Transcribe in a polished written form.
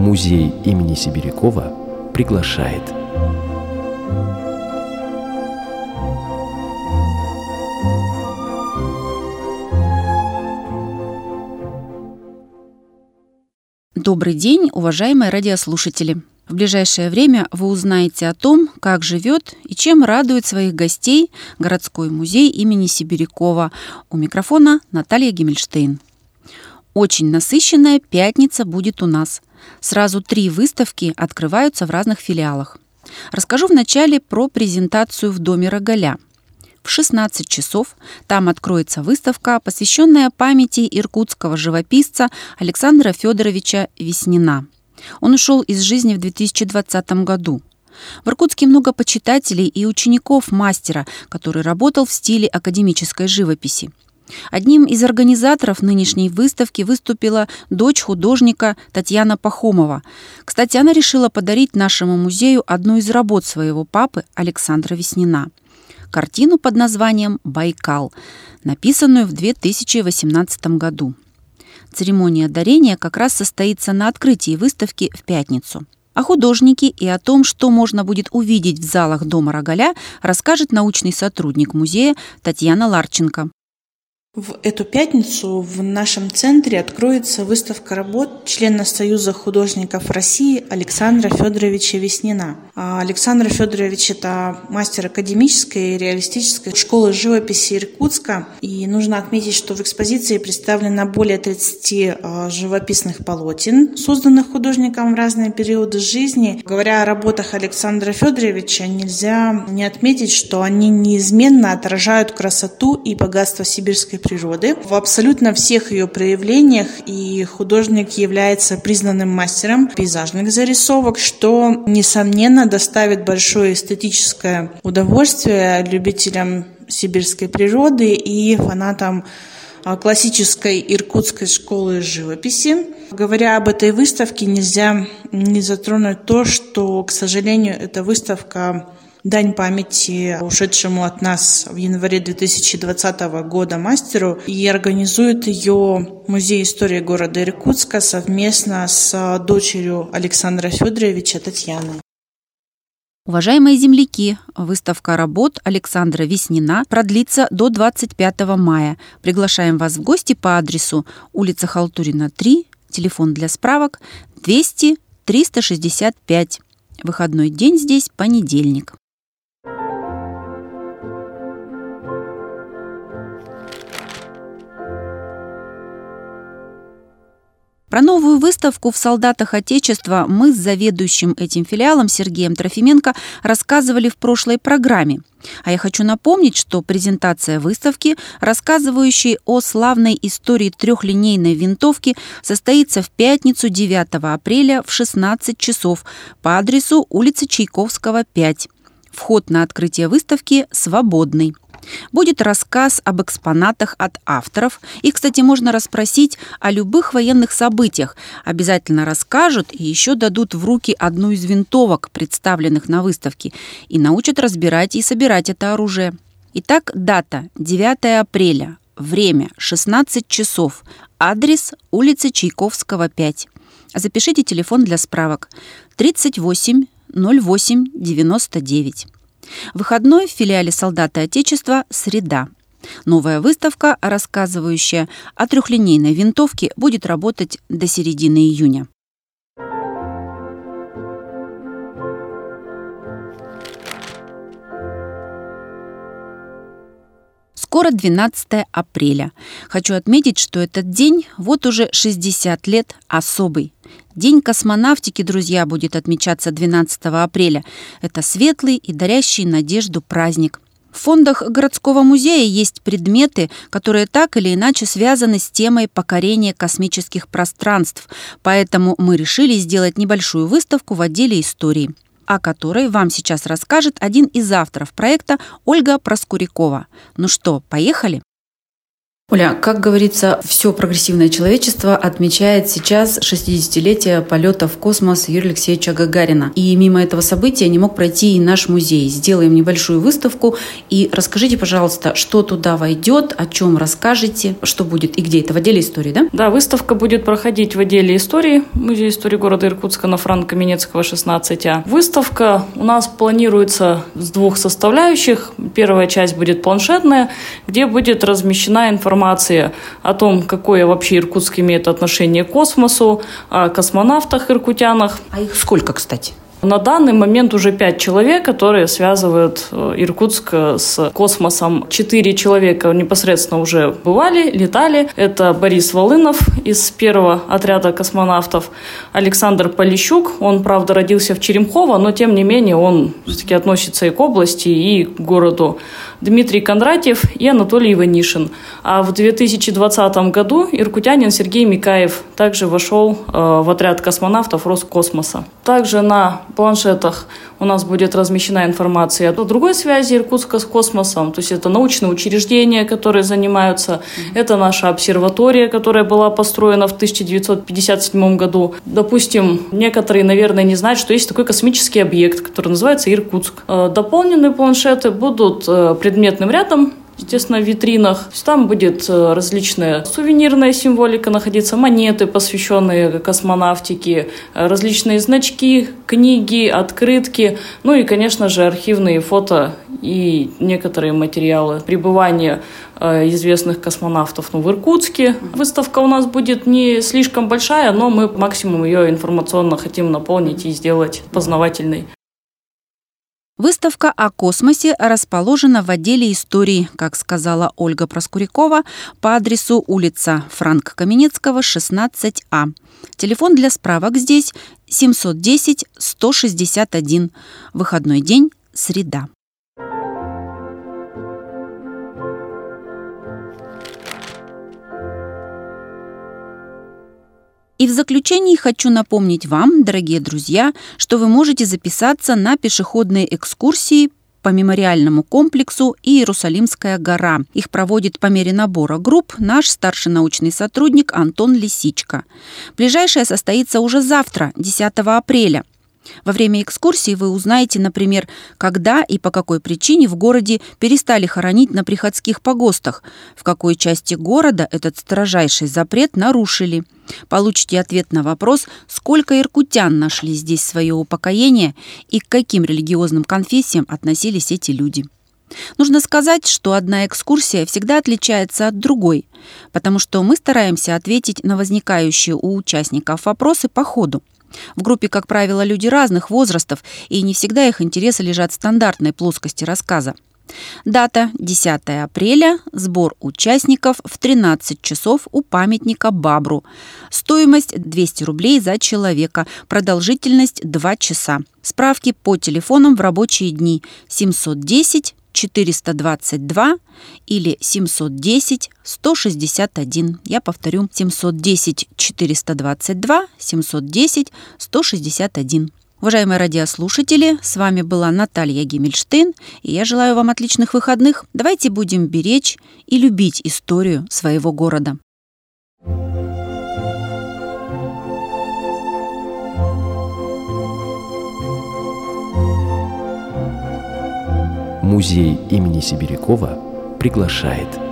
Музей имени Сибирякова приглашает. Добрый день, уважаемые радиослушатели! В ближайшее время вы узнаете о том, как живет и чем радует своих гостей городской музей имени Сибирякова. У микрофона Наталья Гиммельштейн. Очень насыщенная пятница будет у нас. Сразу 3 выставки открываются в разных филиалах. Расскажу вначале про презентацию в Доме Рогаля. В 16 часов там откроется выставка, посвященная памяти иркутского живописца Александра Федоровича Веснина. Он ушел из жизни в 2020 году. В Иркутске много почитателей и учеников мастера, который работал в стиле академической живописи. Одним из организаторов нынешней выставки выступила дочь художника Татьяна Пахомова. Кстати, она решила подарить нашему музею одну из работ своего папы Александра Веснина. Картину под названием «Байкал», написанную в 2018 году. Церемония дарения как раз состоится на открытии выставки в пятницу. О художнике и о том, что можно будет увидеть в залах Дома Рогаля, расскажет научный сотрудник музея Татьяна Ларченко. В эту пятницу в нашем центре откроется выставка работ члена Союза художников России Александра Федоровича Веснина. Александр Федорович – это мастер академической и реалистической школы живописи Иркутска. И нужно отметить, что в экспозиции представлено более 30 живописных полотен, созданных художником в разные периоды жизни. Говоря о работах Александра Федоровича, нельзя не отметить, что они неизменно отражают красоту и богатство сибирской природы. В абсолютно всех ее проявлениях и художник является признанным мастером пейзажных зарисовок, что, несомненно, доставит большое эстетическое удовольствие любителям сибирской природы и фанатам классической иркутской школы живописи. Говоря об этой выставке, нельзя не затронуть то, что, к сожалению, эта выставка дань памяти ушедшему от нас в январе 2020 года мастеру, и организует ее Музей истории города Иркутска совместно с дочерью Александра Федоровича Татьяной. Уважаемые земляки, выставка работ Александра Веснина продлится до 25 мая. Приглашаем вас в гости по адресу улица Халтурина, 3, телефон для справок 200 365. Выходной день здесь понедельник. Про новую выставку в «Солдатах Отечества» мы с заведующим этим филиалом Сергеем Трофименко рассказывали в прошлой программе. А я хочу напомнить, что презентация выставки, рассказывающей о славной истории трехлинейной винтовки, состоится в пятницу 9 апреля в 16 часов по адресу улица Чайковского, 5. Вход на открытие выставки свободный. Будет рассказ об экспонатах от авторов. Их, кстати, можно расспросить о любых военных событиях. Обязательно расскажут и еще дадут в руки одну из винтовок, представленных на выставке, и научат разбирать и собирать это оружие. Итак, дата 9 апреля, время 16 часов, адрес улица Чайковского, 5. Запишите телефон для справок 38 08 99. Выходной в филиале «Солдаты Отечества» среда. Новая выставка, рассказывающая о трехлинейной винтовке, будет работать до середины июня. Скоро 12 апреля. Хочу отметить, что этот день вот уже 60 лет особый. День космонавтики, друзья, будет отмечаться 12 апреля. Это светлый и дарящий надежду праздник. В фондах городского музея есть предметы, которые так или иначе связаны с темой покорения космических пространств. Поэтому мы решили сделать небольшую выставку в отделе истории, о которой вам сейчас расскажет один из авторов проекта Ольга Проскурякова. Ну что, поехали? Оля, как говорится, все прогрессивное человечество отмечает сейчас 60-летие полета в космос Юрия Алексеевича Гагарина. И мимо этого события не мог пройти и наш музей. Сделаем небольшую выставку. И расскажите, пожалуйста, что туда войдет, о чем расскажете, что будет и где это, в отделе истории, да? Да, выставка будет проходить в отделе истории, Музей истории города Иркутска на Франко-Каменецкого, 16А. Выставка у нас планируется с двух составляющих. Первая часть будет планшетная, где будет размещена информация о том, какое вообще Иркутск имеет отношение к космосу, о космонавтах-иркутянах. А их сколько, кстати? На данный момент уже 5 человек, которые связывают Иркутск с космосом. 4 человека непосредственно уже бывали, летали. Это Борис Волынов из первого отряда космонавтов, Александр Полищук. Он, правда, родился в Черемхово, но, тем не менее, он все-таки относится и к области, и к городу. Дмитрий Кондратьев и Анатолий Иванишин. А в 2020 году иркутянин Сергей Микаев также вошел в отряд космонавтов Роскосмоса. Также на планшетах у нас будет размещена информация о другой связи Иркутска с космосом. То есть это научные учреждения, которые занимаются. Это наша обсерватория, которая была построена в 1957 году. Допустим, некоторые, наверное, не знают, что есть такой космический объект, который называется Иркутск. Дополненные планшеты будут предметным рядом, естественно, в витринах. Там будет различная сувенирная символика находиться, монеты, посвященные космонавтике, различные значки, книги, открытки, ну и, конечно же, архивные фото и некоторые материалы пребывания известных космонавтов в Иркутске. Выставка у нас будет не слишком большая, но мы максимум ее информационно хотим наполнить и сделать познавательной. Выставка о космосе расположена в отделе истории, как сказала Ольга Проскурякова, по адресу улица Франко-Каменецкого, 16А. Телефон для справок здесь 710-161. Выходной день, среда. И в заключении хочу напомнить вам, дорогие друзья, что вы можете записаться на пешеходные экскурсии по мемориальному комплексу «Иерусалимская гора». Их проводит по мере набора групп наш старший научный сотрудник Антон Лисичко. Ближайшая состоится уже завтра, 10 апреля. Во время экскурсии вы узнаете, например, когда и по какой причине в городе перестали хоронить на приходских погостах, в какой части города этот строжайший запрет нарушили. Получите ответ на вопрос, сколько иркутян нашли здесь свое упокоение и к каким религиозным конфессиям относились эти люди. Нужно сказать, что одна экскурсия всегда отличается от другой, потому что мы стараемся ответить на возникающие у участников вопросы по ходу. В группе, как правило, люди разных возрастов, и не всегда их интересы лежат в стандартной плоскости рассказа. Дата 10 апреля, сбор участников в 13 часов у памятника Бабру. Стоимость 200 рублей за человека, продолжительность 2 часа. Справки по телефонам в рабочие дни 710-422 или 710-161. Я повторю, 710-422, 710-161. Уважаемые радиослушатели, с вами была Наталья Гиммельштейн, и я желаю вам отличных выходных. Давайте будем беречь и любить историю своего города. Музей имени Сибирякова приглашает.